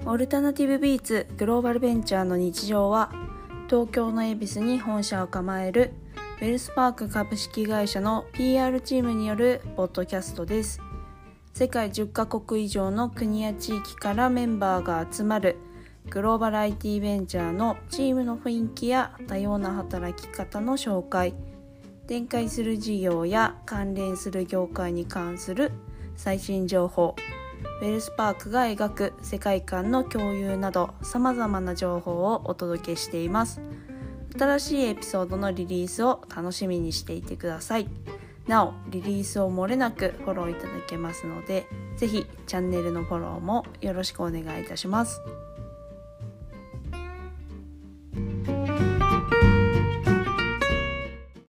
オルタナティブビーツグローバルベンチャーの日常は、東京の恵比寿に本社を構えるウェルスパーク株式会社の PR チームによるポッドキャストです。世界10カ国以上の国や地域からメンバーが集まるグローバル IT ベンチャーのチームの雰囲気や多様な働き方の紹介、展開する事業や関連する業界に関する最新情報、ウェルスパークが描く世界観の共有など様々な情報をお届けしています。新しいエピソードのリリースを楽しみにしていてください。なお、リリースを漏れなくフォローいただけますので、ぜひチャンネルのフォローもよろしくお願いいたします。